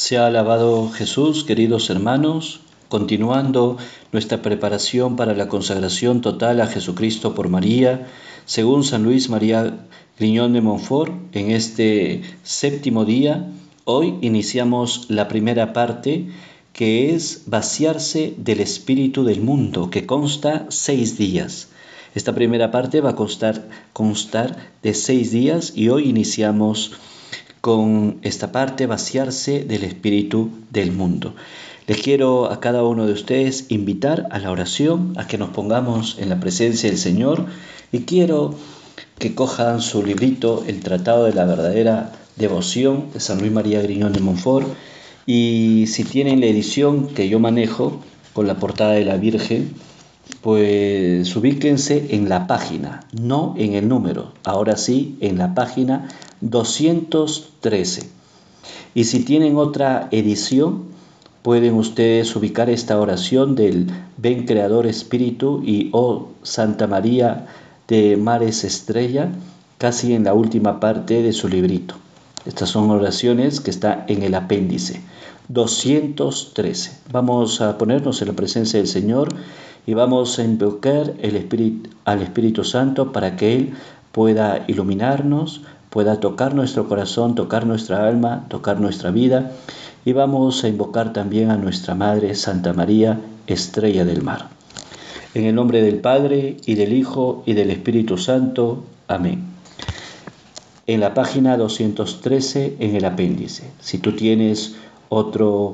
Sea alabado Jesús, queridos hermanos, continuando nuestra preparación para la consagración total a Jesucristo por María, según San Luis María Griñón de Montfort, en este séptimo día, hoy iniciamos la primera parte, que es vaciarse del espíritu del mundo, que consta 6 días. Esta primera parte va a constar de 6 días y hoy iniciamos con esta parte, vaciarse del espíritu del mundo. Les quiero a cada uno de ustedes invitar a la oración, a que nos pongamos en la presencia del Señor, y quiero que cojan su librito, el Tratado de la Verdadera Devoción de San Luis María Griñón de Montfort, y si tienen la edición que yo manejo con la portada de la Virgen, pues ubíquense en la página, no en el número, ahora sí en la página 213. Y si tienen otra edición, pueden ustedes ubicar esta oración del Ven Creador Espíritu y Oh Santa María de Mares Estrella, casi en la última parte de su librito. Estas son oraciones que están en el apéndice 213. Vamos a ponernos en la presencia del Señor y vamos a invocar al Espíritu Santo para que Él pueda iluminarnos, pueda tocar nuestro corazón, tocar nuestra alma, tocar nuestra vida. Y vamos a invocar también a nuestra Madre Santa María, Estrella del Mar. En el nombre del Padre, y del Hijo, y del Espíritu Santo. Amén. En la página 213, en el apéndice. Si tú tienes otro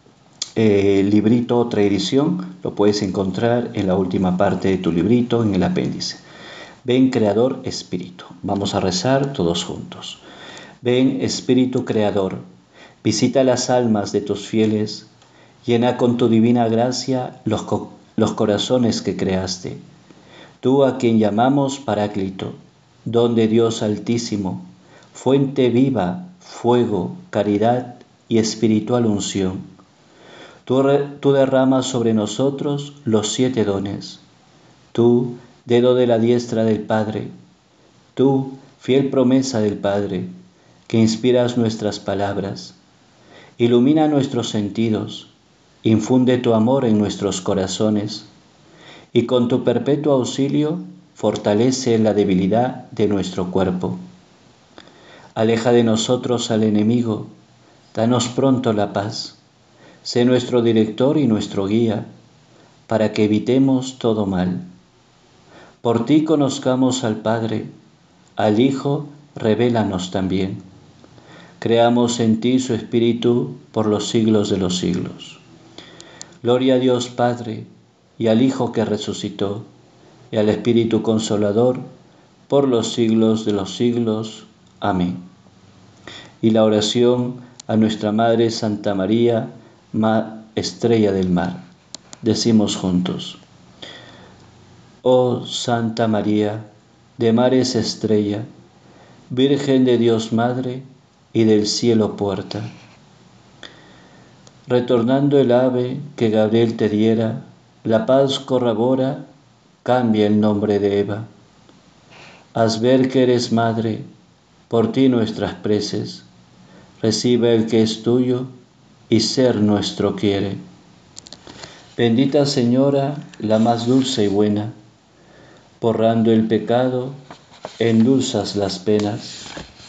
librito, otra edición, lo puedes encontrar en la última parte de tu librito, en el apéndice. Ven Creador Espíritu. Vamos a rezar todos juntos. Ven Espíritu Creador, visita las almas de tus fieles, llena con tu divina gracia los corazones que creaste. Tú a quien llamamos Paráclito, don de Dios Altísimo, fuente viva, fuego, caridad y espiritual unción. Tú derramas sobre nosotros los 7 dones. Tú, dedo de la diestra del Padre. Tú, fiel promesa del Padre, que inspiras nuestras palabras. Ilumina nuestros sentidos, infunde tu amor en nuestros corazones, y con tu perpetuo auxilio fortalece la debilidad de nuestro cuerpo. Aleja de nosotros al enemigo, danos pronto la paz. Sé nuestro director y nuestro guía, para que evitemos todo mal. Por ti conozcamos al Padre, al Hijo revélanos también. Creamos en ti su Espíritu por los siglos de los siglos. Gloria a Dios Padre, y al Hijo que resucitó, y al Espíritu Consolador, por los siglos de los siglos. Amén. Y la oración a nuestra Madre Santa María, Estrella del Mar. Decimos juntos: Oh Santa María, de mares estrella, Virgen de Dios Madre y del cielo puerta. Retornando el ave que Gabriel te diera, la paz corrobora, cambia el nombre de Eva. Haz ver que eres madre, por ti nuestras preces, recibe el que es tuyo y ser nuestro quiere. Bendita Señora, la más dulce y buena, borrando el pecado, endulzas las penas.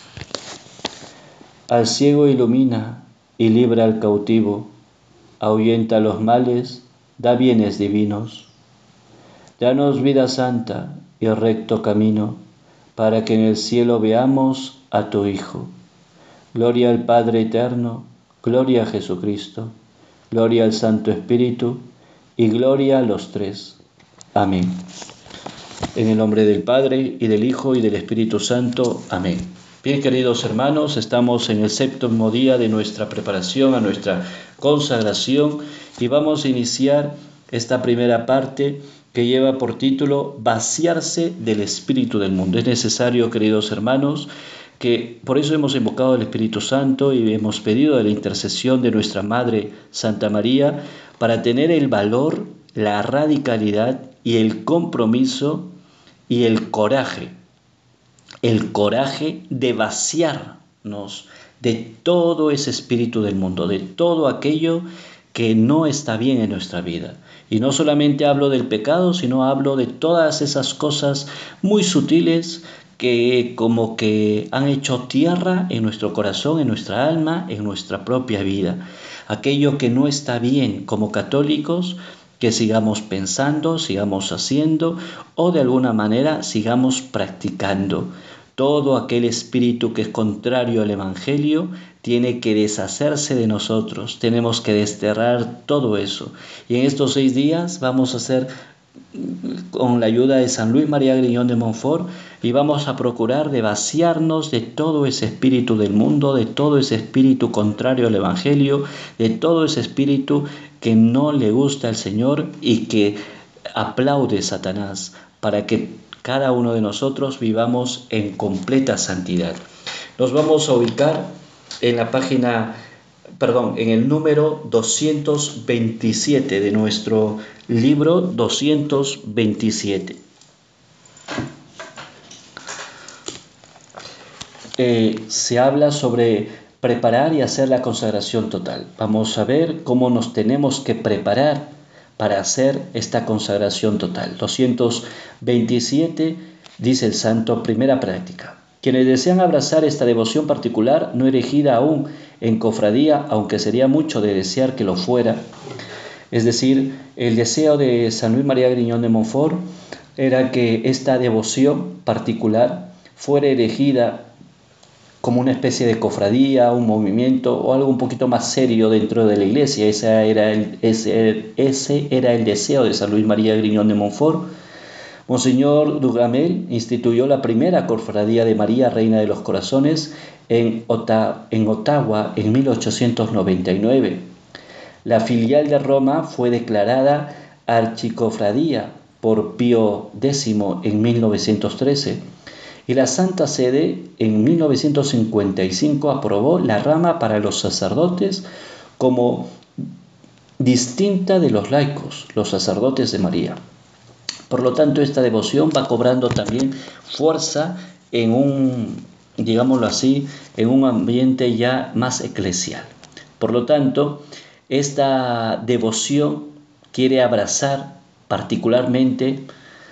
Al ciego ilumina y libra al cautivo, ahuyenta los males, da bienes divinos. Danos vida santa y recto camino, para que en el cielo veamos a tu Hijo. Gloria al Padre eterno, gloria a Jesucristo, gloria al Santo Espíritu y gloria a los tres. Amén. En el nombre del Padre, y del Hijo, y del Espíritu Santo. Amén. Bien, queridos hermanos, estamos en el séptimo día de nuestra preparación a nuestra consagración y vamos a iniciar esta primera parte que lleva por título Vaciarse del espíritu del mundo. Es necesario, queridos hermanos, que por eso hemos invocado al Espíritu Santo y hemos pedido de la intercesión de nuestra Madre Santa María para tener el valor, la radicalidad y el compromiso y el coraje de vaciarnos de todo ese espíritu del mundo, de todo aquello que no está bien en nuestra vida. Y no solamente hablo del pecado, sino hablo de todas esas cosas muy sutiles que como que han hecho tierra en nuestro corazón, en nuestra alma, en nuestra propia vida. Aquello que no está bien como católicos, que sigamos pensando, sigamos haciendo o de alguna manera sigamos practicando. Todo aquel espíritu que es contrario al Evangelio tiene que deshacerse de nosotros. Tenemos que desterrar todo eso. Y en estos 6 días vamos a hacer, con la ayuda de San Luis María Griñón de Montfort, y vamos a procurar de vaciarnos de todo ese espíritu del mundo, de todo ese espíritu contrario al Evangelio, de todo ese espíritu que no le gusta al Señor y que aplaude a Satanás, para que cada uno de nosotros vivamos en completa santidad. Nos vamos a ubicar en la página, en el número 227 de nuestro libro 227. Se habla sobre preparar y hacer la consagración total. Vamos a ver cómo nos tenemos que preparar para hacer esta consagración total. 227 dice el santo, primera práctica. Quienes desean abrazar esta devoción particular, no erigida aún en cofradía, aunque sería mucho de desear que lo fuera, es decir, el deseo de San Luis María Griñón de Montfort era que esta devoción particular fuera erigida como una especie de cofradía, un movimiento o algo un poquito más serio dentro de la iglesia. Ese era el deseo de San Luis María Griñón de Montfort. Monseñor Duhamel instituyó la primera cofradía de María, Reina de los Corazones, en Ottawa en 1899. La filial de Roma fue declarada archicofradía por Pío X en 1913. Y la Santa Sede en 1955 aprobó la rama para los sacerdotes como distinta de los laicos, los sacerdotes de María. Por lo tanto, esta devoción va cobrando también fuerza en un, digámoslo así, en un ambiente ya más eclesial. Por lo tanto, esta devoción quiere abrazar particularmente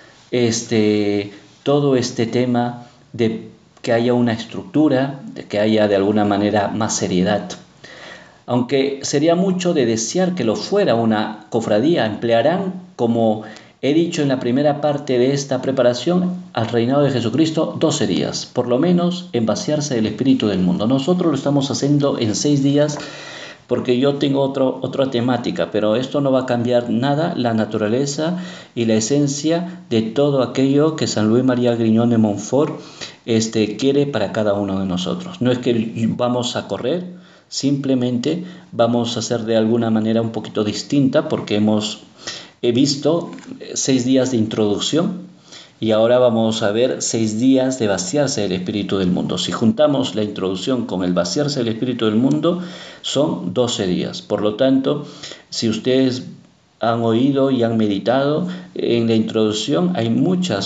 todo este tema de que haya una estructura, de que haya de alguna manera más seriedad. Aunque sería mucho de desear que lo fuera una cofradía, emplearán, como he dicho en la primera parte de esta preparación al reinado de Jesucristo, 12 días, por lo menos en vaciarse del espíritu del mundo. Nosotros lo estamos haciendo en 6 días porque yo tengo otra temática, pero esto no va a cambiar nada la naturaleza y la esencia de todo aquello que San Luis María Griñón de Montfort quiere para cada uno de nosotros. No es que vamos a correr, simplemente vamos a hacer de alguna manera un poquito distinta porque he visto 6 días de introducción y ahora vamos a ver 6 días de vaciarse del espíritu del mundo. Si juntamos la introducción con el vaciarse del espíritu del mundo, son 12 días. Por lo tanto, si ustedes han oído y han meditado en la introducción, hay mucho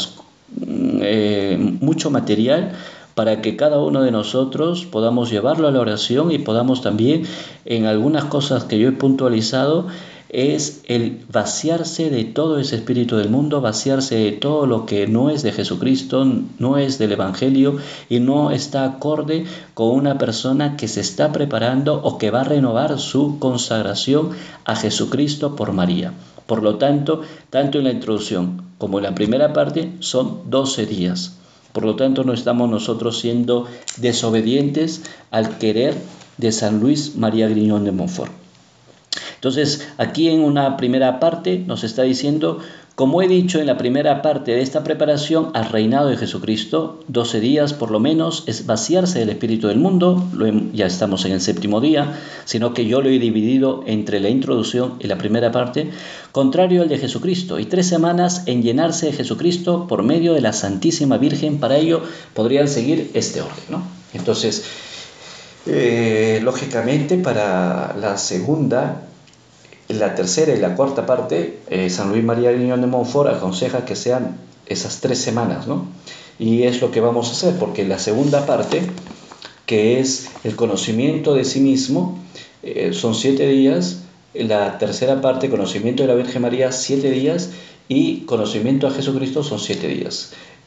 material para que cada uno de nosotros podamos llevarlo a la oración y podamos también, en algunas cosas que yo he puntualizado, es el vaciarse de todo ese espíritu del mundo, vaciarse de todo lo que no es de Jesucristo, no es del Evangelio y no está acorde con una persona que se está preparando o que va a renovar su consagración a Jesucristo por María. Por lo tanto, tanto en la introducción como en la primera parte son 12 días. Por lo tanto, no estamos nosotros siendo desobedientes al querer de San Luis María Griñón de Montfort. Entonces, aquí en una primera parte nos está diciendo, como he dicho en la primera parte de esta preparación al reinado de Jesucristo, 12 días por lo menos es vaciarse del espíritu del mundo, ya estamos en el 7º día, sino que yo lo he dividido entre la introducción y la primera parte, contrario al de Jesucristo, y 3 semanas en llenarse de Jesucristo por medio de la Santísima Virgen. Para ello podrían seguir este orden, ¿no? Entonces, lógicamente para la segunda, la tercera y la cuarta parte, San Luis María Griñón de Montfort aconseja que sean esas 3 semanas, ¿no? Y es lo que vamos a hacer, porque la segunda parte que es el conocimiento de sí mismo, son 7 días. La tercera parte, conocimiento de la Virgen María, 7 días, y conocimiento a Jesucristo son 7 días.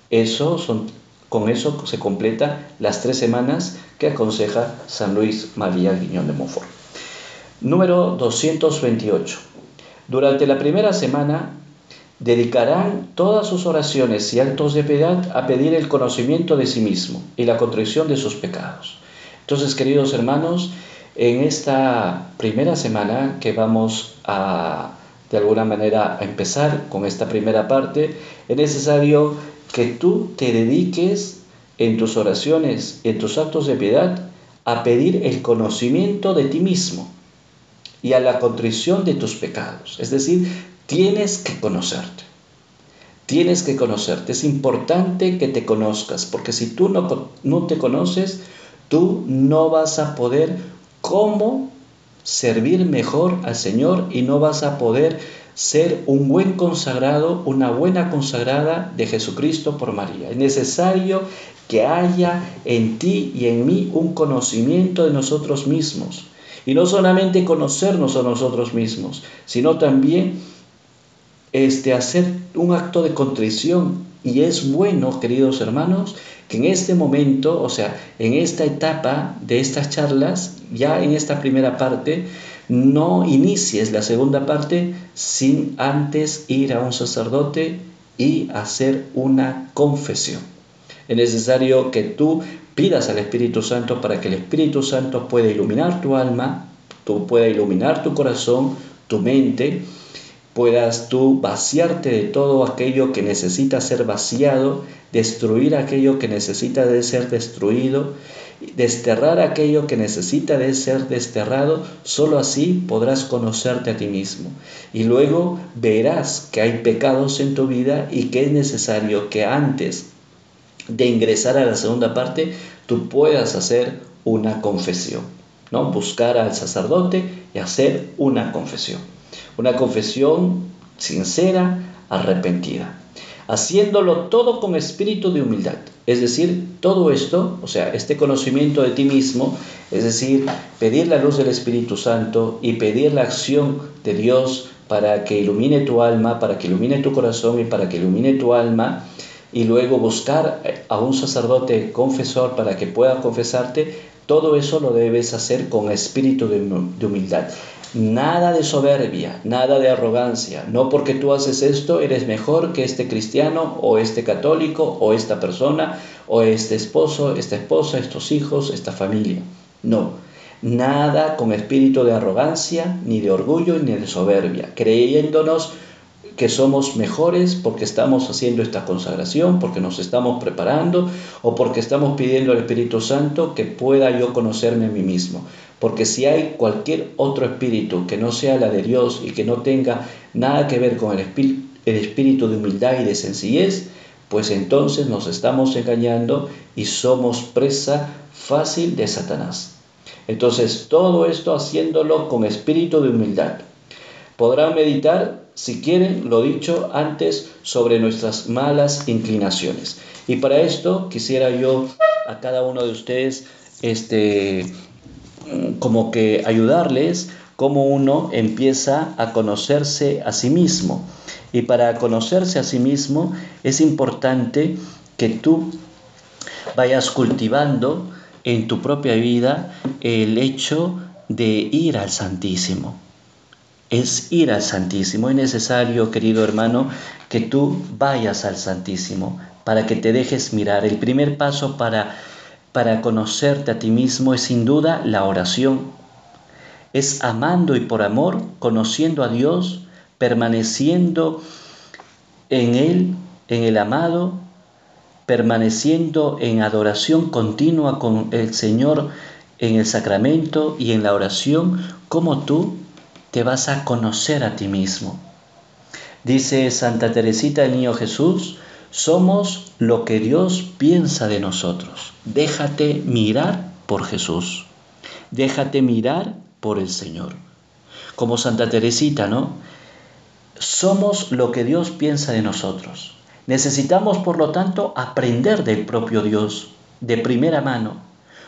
Con eso se completa las 3 semanas que aconseja San Luis María Griñón de Montfort. Número 228. Durante la primera semana dedicarán todas sus oraciones y actos de piedad a pedir el conocimiento de sí mismo y la contrición de sus pecados. Entonces, queridos hermanos, en esta primera semana que vamos de alguna manera a empezar con esta primera parte, es necesario que tú te dediques en tus oraciones, en tus actos de piedad, a pedir el conocimiento de ti mismo y a la contrición de tus pecados. Es decir, tienes que conocerte. Tienes que conocerte. Es importante que te conozcas, porque si tú no te conoces, tú no vas a poder cómo servir mejor al Señor y no vas a poder ser un buen consagrado, una buena consagrada de Jesucristo por María. Es necesario que haya en ti y en mí un conocimiento de nosotros mismos. Y no solamente conocernos a nosotros mismos, sino también hacer un acto de contrición. Y es bueno, queridos hermanos, que en este momento, o sea, en esta etapa de estas charlas, ya en esta primera parte, no inicies la segunda parte sin antes ir a un sacerdote y hacer una confesión. Es necesario que tú pidas al Espíritu Santo para que el Espíritu Santo pueda iluminar tu alma, pueda iluminar tu corazón, tu mente, puedas tú vaciarte de todo aquello que necesita ser vaciado, destruir aquello que necesita de ser destruido, desterrar aquello que necesita de ser desterrado. Solo así podrás conocerte a ti mismo. Y luego verás que hay pecados en tu vida y que es necesario que antes de ingresar a la segunda parte, tú puedas hacer una confesión, ¿no? Buscar al sacerdote y hacer una confesión. Una confesión sincera, arrepentida. Haciéndolo todo con espíritu de humildad. Es decir, todo esto, o sea, este conocimiento de ti mismo, es decir, pedir la luz del Espíritu Santo y pedir la acción de Dios para que ilumine tu alma, para que ilumine tu corazón y para que ilumine tu alma, y luego buscar a un sacerdote confesor para que pueda confesarte, todo eso lo debes hacer con espíritu de humildad. Nada de soberbia, nada de arrogancia. No porque tú haces esto eres mejor que este cristiano o este católico o esta persona o este esposo, esta esposa, estos hijos, esta familia. No, nada con espíritu de arrogancia, ni de orgullo, ni de soberbia, creyéndonos que somos mejores porque estamos haciendo esta consagración, porque nos estamos preparando o porque estamos pidiendo al Espíritu Santo que pueda yo conocerme a mí mismo. Porque si hay cualquier otro espíritu que no sea la de Dios y que no tenga nada que ver con el espíritu de humildad y de sencillez, pues entonces nos estamos engañando y somos presa fácil de Satanás. Entonces todo esto haciéndolo con espíritu de humildad. Podrán meditar, si quieren, lo dicho antes, sobre nuestras malas inclinaciones. Y para esto quisiera yo a cada uno de ustedes como que ayudarles cómo uno empieza a conocerse a sí mismo. Y para conocerse a sí mismo es importante que tú vayas cultivando en tu propia vida el hecho de ir al Santísimo. Es ir al Santísimo. Es necesario, querido hermano, que tú vayas al Santísimo para que te dejes mirar. El primer paso para conocerte a ti mismo es sin duda la oración. Es amando y por amor, conociendo a Dios, permaneciendo en Él, en el amado, permaneciendo en adoración continua con el Señor en el sacramento y en la oración, como tú te vas a conocer a ti mismo. Dice Santa Teresita del Niño Jesús, somos lo que Dios piensa de nosotros. Déjate mirar por Jesús. Déjate mirar por el Señor. Como Santa Teresita, ¿no? Somos lo que Dios piensa de nosotros. Necesitamos, por lo tanto, aprender del propio Dios de primera mano.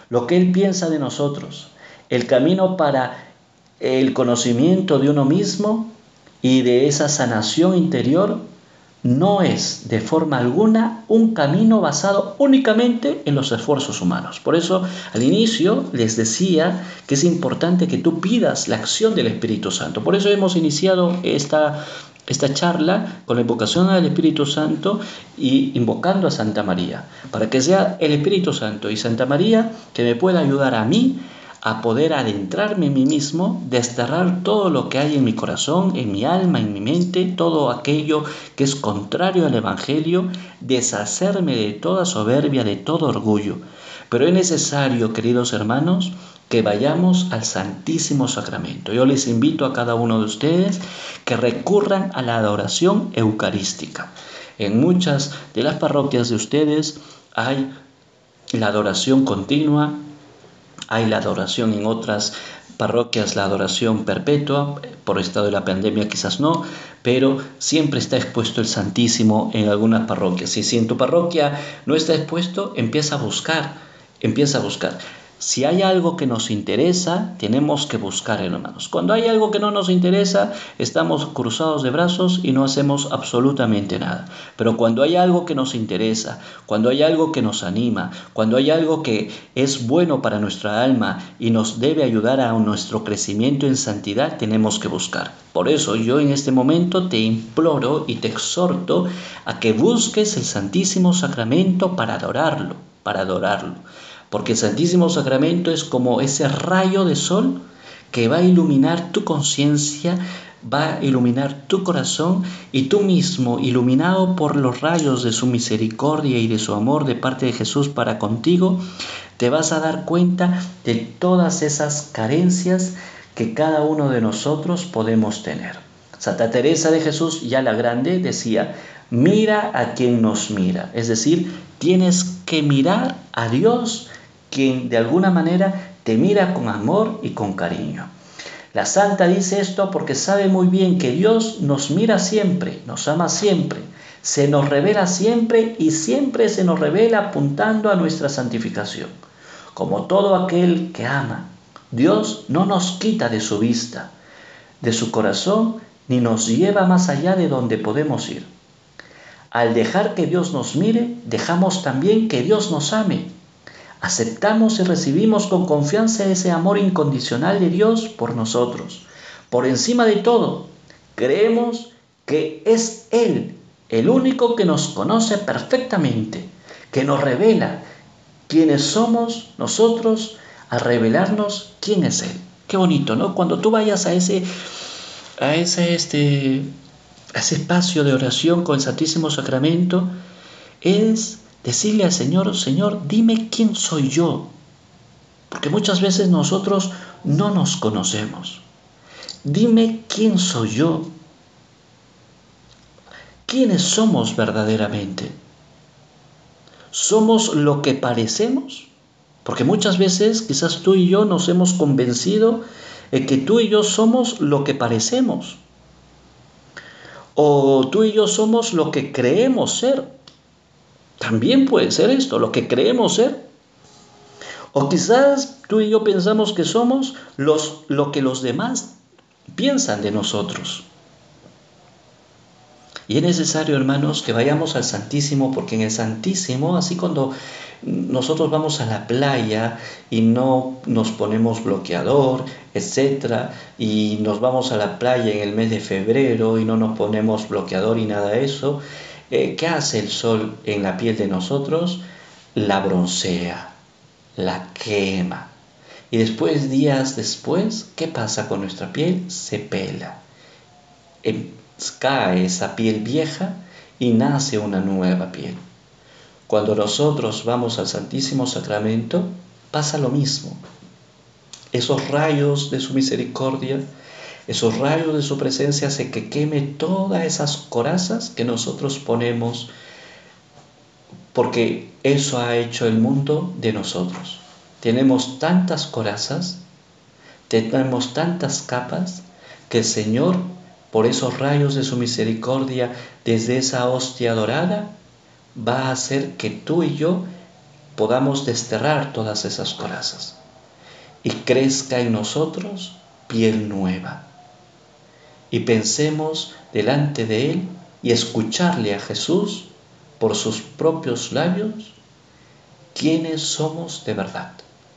lo que Él piensa de nosotros, el camino para el conocimiento de uno mismo y de esa sanación interior, no es de forma alguna un camino basado únicamente en los esfuerzos humanos. Por eso al inicio les decía que es importante que tú pidas la acción del Espíritu Santo. Por eso hemos iniciado esta charla con la invocación al Espíritu Santo y invocando a Santa María, para que sea el Espíritu Santo y Santa María que me pueda ayudar a mí a poder adentrarme en mí mismo, desterrar todo lo que hay en mi corazón, en mi alma, en mi mente, todo aquello que es contrario al Evangelio, deshacerme de toda soberbia, de todo orgullo. Pero es necesario, queridos hermanos, que vayamos al Santísimo Sacramento. Yo les invito a cada uno de ustedes que recurran a la adoración eucarística. En muchas de las parroquias de ustedes hay la adoración continua, hay la adoración en otras parroquias, la adoración perpetua, por estado de la pandemia quizás no, pero siempre está expuesto el Santísimo en algunas parroquias. Y si en tu parroquia no está expuesto, empieza a buscar. Si hay algo que nos interesa, tenemos que buscar, hermanos. Cuando hay algo que no nos interesa, estamos cruzados de brazos y no hacemos absolutamente nada. Pero cuando hay algo que nos interesa, cuando hay algo que nos anima, cuando hay algo que es bueno para nuestra alma y nos debe ayudar a nuestro crecimiento en santidad, tenemos que buscar. Por eso yo en este momento te imploro y te exhorto a que busques el Santísimo Sacramento para adorarlo. Porque el Santísimo Sacramento es como ese rayo de sol que va a iluminar tu conciencia, va a iluminar tu corazón, y tú mismo, iluminado por los rayos de su misericordia y de su amor de parte de Jesús para contigo, te vas a dar cuenta de todas esas carencias que cada uno de nosotros podemos tener. Santa Teresa de Jesús, ya la grande, decía: mira a quien nos mira. Es decir, tienes que mirar a Dios, quien de alguna manera te mira con amor y con cariño. La santa dice esto porque sabe muy bien que Dios nos mira siempre, nos ama siempre, se nos revela siempre y siempre se nos revela apuntando a nuestra santificación. Como todo aquel que ama, Dios no nos quita de su vista, de su corazón, ni nos lleva más allá de donde podemos ir. Al dejar que Dios nos mire, dejamos también que Dios nos ame. Aceptamos y recibimos con confianza ese amor incondicional de Dios por nosotros. Por encima de todo, creemos que es Él el único que nos conoce perfectamente, que nos revela quiénes somos nosotros al revelarnos quién es Él. Qué bonito, ¿no? Cuando tú vayas a ese espacio de oración con el Santísimo Sacramento, es decirle al Señor: Señor, dime quién soy yo. Porque muchas veces nosotros no nos conocemos. Dime quién soy yo. ¿Quiénes somos verdaderamente? ¿Somos lo que parecemos? Porque muchas veces quizás tú y yo nos hemos convencido de que tú y yo somos lo que parecemos. O tú y yo somos lo que creemos ser. También puede ser esto, lo que creemos ser. O quizás tú y yo pensamos que somos lo que los demás piensan de nosotros. Y es necesario, hermanos, que vayamos al Santísimo, porque en el Santísimo, así cuando nosotros vamos a la playa y no nos ponemos bloqueador, etcétera, y nos vamos a la playa en el mes de febrero y no nos ponemos bloqueador y nada de eso, ¿qué hace el sol en la piel de nosotros? La broncea, la quema. Y después, días después, ¿qué pasa con nuestra piel? Se pela. Cae esa piel vieja y nace una nueva piel. Cuando nosotros vamos al Santísimo Sacramento, pasa lo mismo. Esos rayos de su misericordia, esos rayos de su presencia hacen que queme todas esas corazas que nosotros ponemos, porque eso ha hecho el mundo de nosotros. Tenemos tantas corazas, tenemos tantas capas, que el Señor, por esos rayos de su misericordia, desde esa hostia dorada, va a hacer que tú y yo podamos desterrar todas esas corazas y crezca en nosotros piel nueva. Y pensemos delante de Él y escucharle a Jesús por sus propios labios quiénes somos de verdad.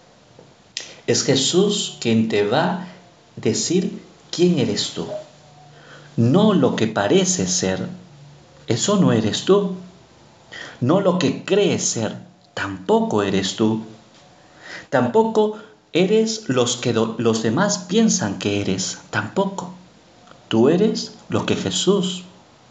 Es Jesús quien te va a decir quién eres tú, no lo que pareces ser, eso no eres tú, no lo que crees ser, tampoco eres tú, tampoco eres los demás piensan que eres, tampoco. Tú eres lo que Jesús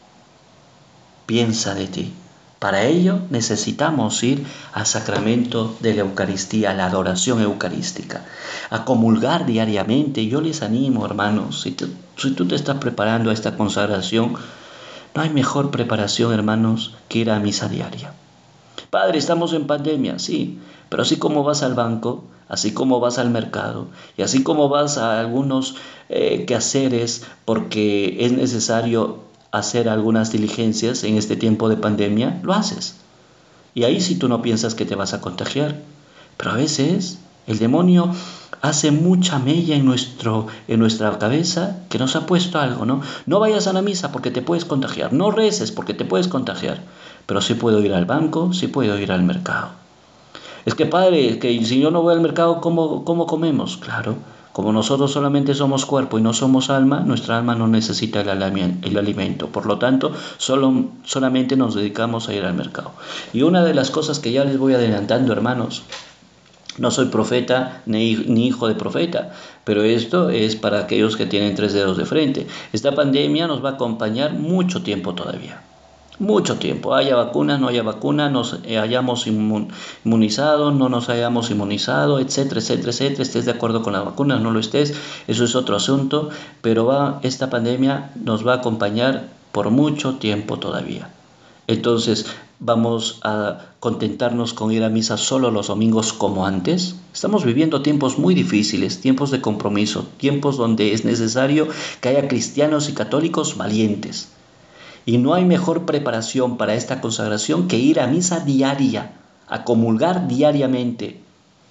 piensa de ti. Para ello necesitamos ir al sacramento de la Eucaristía, a la adoración eucarística, a comulgar diariamente. Yo les animo, hermanos, si tú te estás preparando a esta consagración, no hay mejor preparación, hermanos, que ir a misa diaria. Padre, estamos en pandemia, sí, pero así como vas al banco, así como vas al mercado y así como vas a algunos quehaceres porque es necesario hacer algunas diligencias en este tiempo de pandemia, lo haces. Y ahí sí tú no piensas que te vas a contagiar. Pero a veces el demonio hace mucha mella en nuestra cabeza que nos ha puesto algo, ¿no? No vayas a la misa porque te puedes contagiar, no reces porque te puedes contagiar, pero sí puedo ir al banco, sí puedo ir al mercado. Es que padre, que si yo no voy al mercado, ¿cómo comemos? Claro, como nosotros solamente somos cuerpo y no somos alma, nuestra alma no necesita el alimento. Por lo tanto, solamente nos dedicamos a ir al mercado. Y una de las cosas que ya les voy adelantando, hermanos, no soy profeta ni hijo de profeta, pero esto es para aquellos que tienen 3 dedos de frente. Esta pandemia nos va a acompañar mucho tiempo todavía. Mucho tiempo, haya vacuna, no haya vacuna, nos hayamos inmunizado, no nos hayamos inmunizado, etcétera, etcétera, etcétera, estés de acuerdo con la vacuna, no lo estés, eso es otro asunto, pero esta pandemia nos va a acompañar por mucho tiempo todavía. Entonces, ¿vamos a contentarnos con ir a misa solo los domingos como antes? Estamos viviendo tiempos muy difíciles, tiempos de compromiso, tiempos donde es necesario que haya cristianos y católicos valientes. Y no hay mejor preparación para esta consagración que ir a misa diaria, a comulgar diariamente.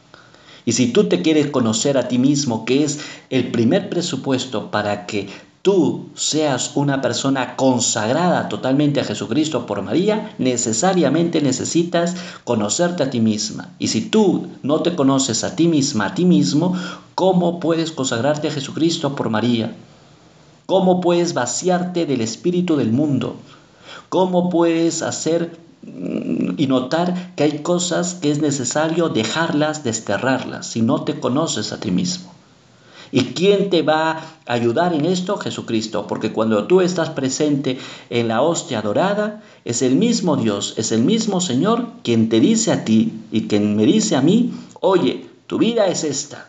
Y si tú te quieres conocer a ti mismo, que es el primer presupuesto para que tú seas una persona consagrada totalmente a Jesucristo por María, necesariamente necesitas conocerte a ti misma. Y si tú no te conoces a ti misma, a ti mismo, ¿cómo puedes consagrarte a Jesucristo por María? ¿Cómo puedes vaciarte del espíritu del mundo? ¿Cómo puedes hacer y notar que hay cosas que es necesario dejarlas, desterrarlas, si no te conoces a ti mismo? ¿Y quién te va a ayudar en esto? Jesucristo, porque cuando tú estás presente en la hostia dorada, es el mismo Dios, es el mismo Señor quien te dice a ti y quien me dice a mí, oye, tu vida es esta.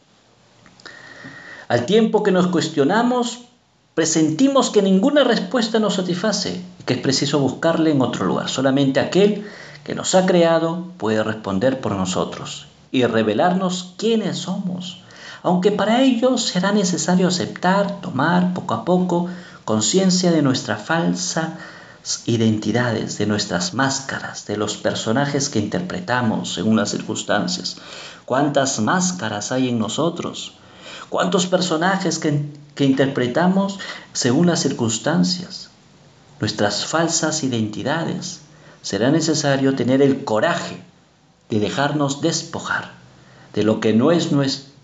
Al tiempo que nos cuestionamos, presentimos que ninguna respuesta nos satisface y que es preciso buscarle en otro lugar. Solamente aquel que nos ha creado puede responder por nosotros y revelarnos quiénes somos, aunque para ello será necesario aceptar, tomar poco a poco conciencia de nuestras falsas identidades, de nuestras máscaras, de los personajes que interpretamos según las circunstancias. ¿Cuántas máscaras hay en nosotros? ¿Cuántos personajes que interpretamos según las circunstancias? Nuestras falsas identidades. Será necesario tener el coraje de dejarnos despojar de lo que no es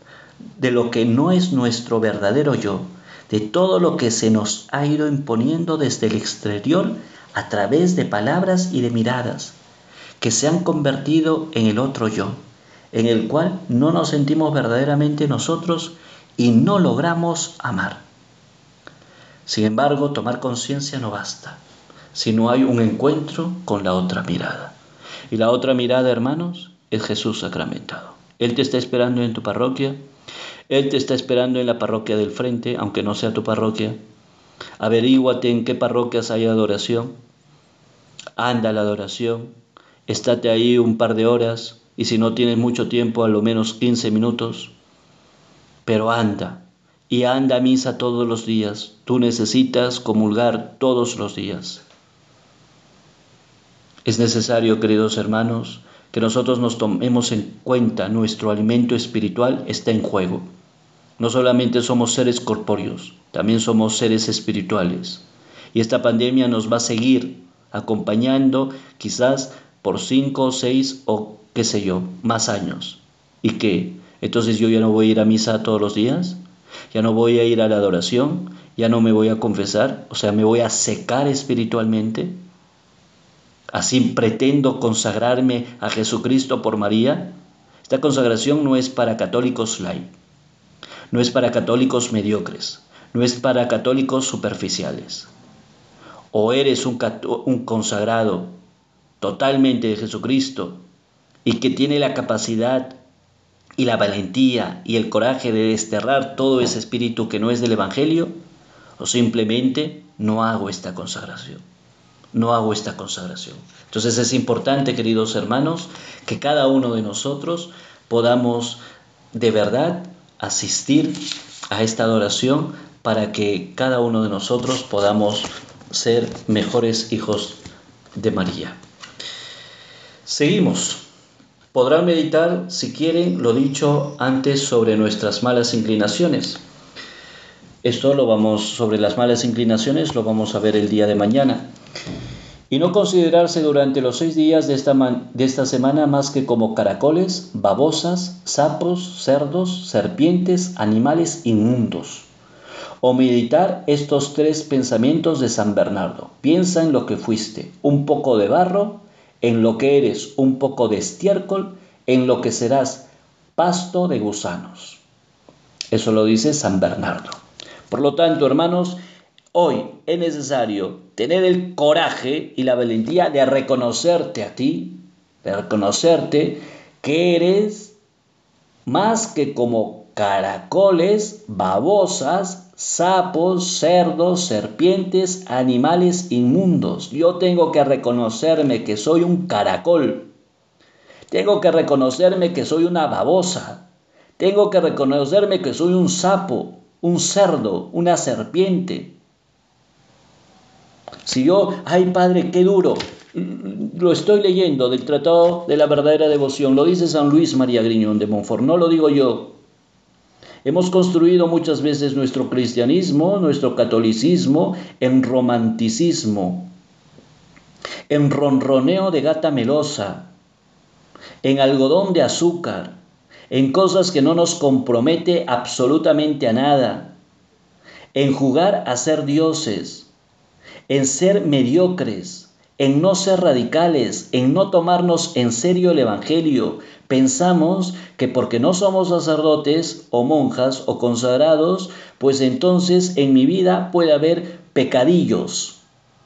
nuestro verdadero yo, de todo lo que se nos ha ido imponiendo desde el exterior a través de palabras y de miradas que se han convertido en el otro yo, en el cual no nos sentimos verdaderamente nosotros y no logramos amar. Sin embargo, tomar conciencia no basta, si no hay un encuentro con la otra mirada. Y la otra mirada, hermanos, es Jesús sacramentado. Él te está esperando en tu parroquia, Él te está esperando en la parroquia del frente, aunque no sea tu parroquia. Averíguate en qué parroquias hay adoración, anda a la adoración, estate ahí un par de horas, y si no tienes mucho tiempo, a lo menos 15 minutos, pero anda, y anda a misa todos los días. Tú necesitas comulgar todos los días. Es necesario, queridos hermanos, que nosotros nos tomemos en cuenta nuestro alimento espiritual está en juego. No solamente somos seres corpóreos, también somos seres espirituales. Y esta pandemia nos va a seguir acompañando quizás por 5, 6 o qué sé yo, más años. ¿Y qué? Entonces yo ya no voy a ir a misa todos los días, ya no voy a ir a la adoración, ya no me voy a confesar, o sea, me voy a secar espiritualmente. Así pretendo consagrarme a Jesucristo por María. Esta consagración no es para católicos light, no es para católicos mediocres, no es para católicos superficiales. O eres un consagrado totalmente de Jesucristo y que tiene la capacidad y la valentía y el coraje de desterrar todo ese espíritu que no es del Evangelio, o simplemente no hago esta consagración. No hago esta consagración. Entonces es importante, queridos hermanos, que cada uno de nosotros podamos de verdad asistir a esta adoración para que cada uno de nosotros podamos ser mejores hijos de María. Seguimos. Podrán meditar, si quieren, lo dicho antes sobre nuestras malas inclinaciones. Esto sobre las malas inclinaciones lo vamos a ver el día de mañana. Y no considerarse durante los 6 días de esta semana más que como caracoles, babosas, sapos, cerdos, serpientes, animales inmundos. O meditar estos 3 pensamientos de San Bernardo. Piensa en lo que fuiste, un poco de barro, en lo que eres, un poco de estiércol, en lo que serás, pasto de gusanos. Eso lo dice San Bernardo. Por lo tanto, hermanos, hoy es necesario tener el coraje y la valentía de reconocerte a ti, de reconocerte que eres más que como caracoles, babosas, sapos, cerdos, serpientes, animales inmundos. Yo tengo que reconocerme que soy un caracol. Tengo que reconocerme que soy una babosa. Tengo que reconocerme que soy un sapo, un cerdo, una serpiente. Si yo, ay Padre, qué duro, lo estoy leyendo del Tratado de la Verdadera Devoción, lo dice San Luis María Griñón de Montfort, no lo digo yo. Hemos construido muchas veces nuestro cristianismo, nuestro catolicismo, en romanticismo, en ronroneo de gata melosa, en algodón de azúcar, en cosas que no nos compromete absolutamente a nada, en jugar a ser dioses, en ser mediocres, en no ser radicales, en no tomarnos en serio el Evangelio. Pensamos que porque no somos sacerdotes o monjas o consagrados, pues entonces en mi vida puede haber pecadillos.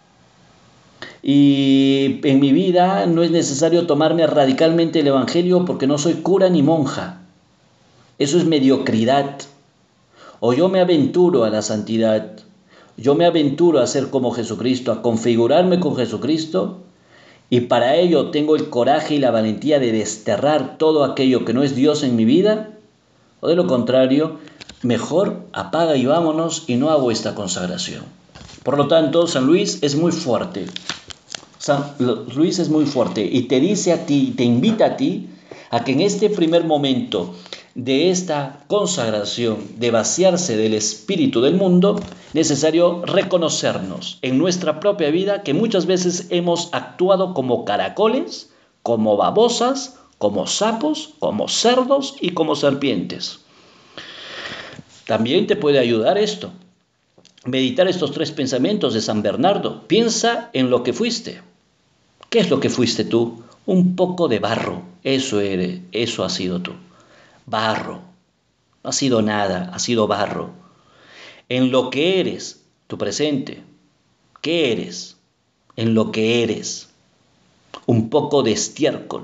Y en mi vida no es necesario tomarme radicalmente el Evangelio porque no soy cura ni monja. Eso es mediocridad. O yo me aventuro a la santidad, yo me aventuro a ser como Jesucristo, a configurarme con Jesucristo, y para ello tengo el coraje y la valentía de desterrar todo aquello que no es Dios en mi vida, o de lo contrario, mejor apaga y vámonos y no hago esta consagración. Por lo tanto, San Luis es muy fuerte. San Luis es muy fuerte y te dice a ti, te invita a ti, a que en este primer momento de esta consagración, de vaciarse del espíritu del mundo, necesario reconocernos en nuestra propia vida que muchas veces hemos actuado como caracoles, como babosas, como sapos, como cerdos y como serpientes. También te puede ayudar esto, meditar estos 3 pensamientos de San Bernardo. Piensa en lo que fuiste. ¿Qué es lo que fuiste tú? Un poco de barro, eso eres, eso has sido tú. Barro, no ha sido nada, ha sido barro. En lo que eres, tu presente, ¿qué eres? En lo que eres, un poco de estiércol,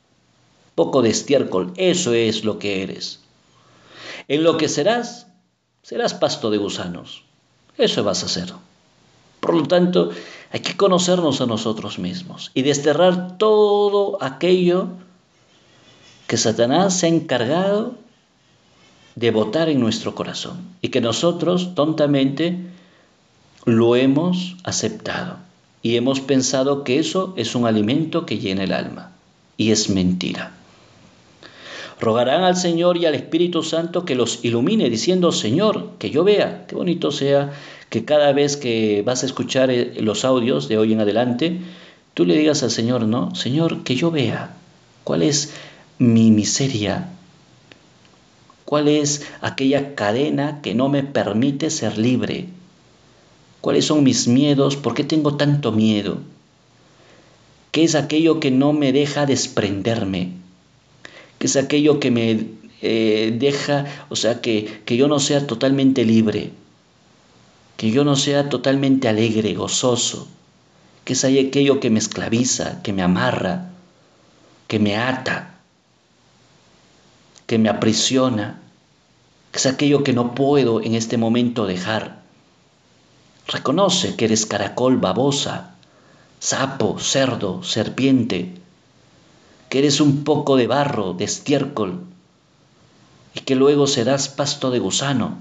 eso es lo que eres. En lo que serás pasto de gusanos, eso vas a ser. Por lo tanto, hay que conocernos a nosotros mismos y desterrar todo aquello que Satanás se ha encargado de botar en nuestro corazón y que nosotros tontamente lo hemos aceptado y hemos pensado que eso es un alimento que llena el alma. y es mentira. Rogarán al Señor y al Espíritu Santo que los ilumine, diciendo: Señor, que yo vea. Qué bonito sea que cada vez que vas a escuchar los audios de hoy en adelante, tú le digas al Señor, ¿no? Señor, que yo vea cuál es mi miseria, cuál es aquella cadena que no me permite ser libre, cuáles son mis miedos, por qué tengo tanto miedo, qué es aquello que no me deja desprenderme, que es aquello que me deja, o sea, que yo no sea totalmente libre, que yo no sea totalmente alegre, gozoso, que es aquello que me esclaviza, que me amarra, que me ata, que me aprisiona, que es aquello que no puedo en este momento dejar. Reconoce que eres caracol, babosa, sapo, cerdo, serpiente, que eres un poco de barro, de estiércol, y que luego serás pasto de gusano.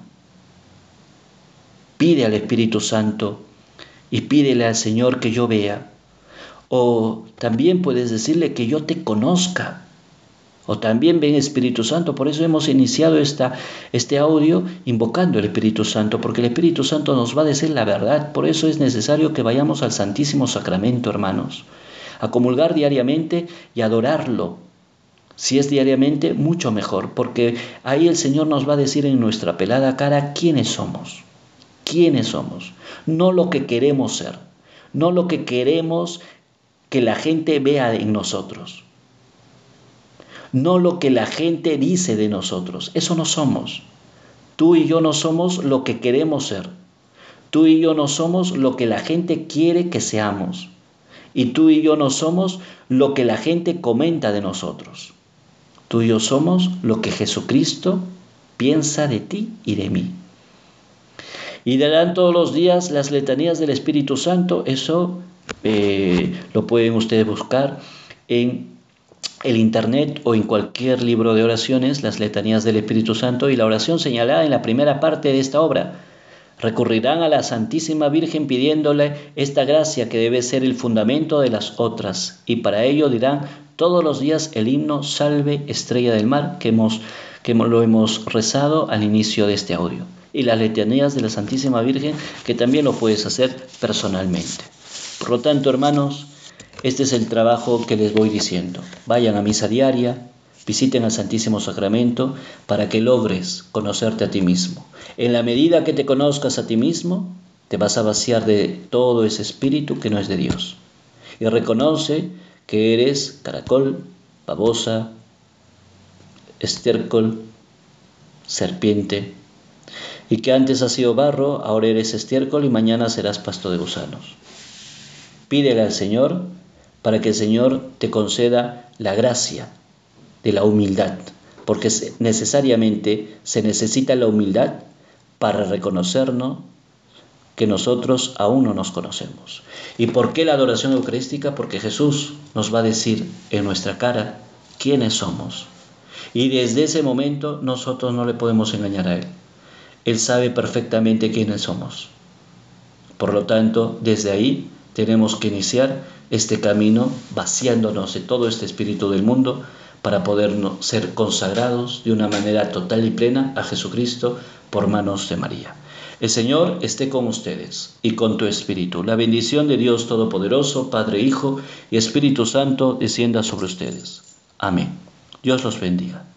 Pide al Espíritu Santo y pídele al Señor que yo vea. O también puedes decirle que yo te conozca. O también ven Espíritu Santo. Por eso hemos iniciado este audio invocando al Espíritu Santo, porque el Espíritu Santo nos va a decir la verdad. Por eso es necesario que vayamos al Santísimo Sacramento, hermanos, a comulgar diariamente y adorarlo. Si es diariamente, mucho mejor, porque ahí el Señor nos va a decir en nuestra pelada cara quiénes somos. ¿Quiénes somos? No lo que queremos ser, no lo que queremos que la gente vea en nosotros, no lo que la gente dice de nosotros. Eso no somos. Tú y yo no somos lo que queremos ser. Tú y yo no somos lo que la gente quiere que seamos. Y tú y yo no somos lo que la gente comenta de nosotros. Tú y yo somos lo que Jesucristo piensa de ti y de mí. Y darán todos los días las letanías del Espíritu Santo. Eso lo pueden ustedes buscar en el internet o en cualquier libro de oraciones, las letanías del Espíritu Santo y la oración señalada en la primera parte de esta obra. Recurrirán a la Santísima Virgen pidiéndole esta gracia que debe ser el fundamento de las otras, y para ello dirán todos los días el himno Salve Estrella del Mar que lo hemos rezado al inicio de este audio, y las letanías de la Santísima Virgen, que también lo puedes hacer personalmente. Por lo tanto, hermanos, este es el trabajo que les voy diciendo. Vayan a misa diaria, visiten al Santísimo Sacramento para que logres conocerte a ti mismo. En la medida que te conozcas a ti mismo, te vas a vaciar de todo ese espíritu que no es de Dios. Y reconoce que eres caracol, babosa, estiércol, serpiente, y que antes has sido barro, ahora eres estiércol y mañana serás pasto de gusanos. Pídele al Señor para que el Señor te conceda la gracia de la humildad, porque necesariamente se necesita la humildad para reconocernos que nosotros aún no nos conocemos. ¿Y por qué la adoración eucarística? Porque Jesús nos va a decir en nuestra cara quiénes somos. Y desde ese momento nosotros no le podemos engañar a Él. Él sabe perfectamente quiénes somos. Por lo tanto, desde ahí tenemos que iniciar este camino vaciándonos de todo este espíritu del mundo para poder ser consagrados de una manera total y plena a Jesucristo por manos de María. El Señor esté con ustedes y con tu espíritu. La bendición de Dios Todopoderoso, Padre, Hijo y Espíritu Santo descienda sobre ustedes. Amén. Dios los bendiga.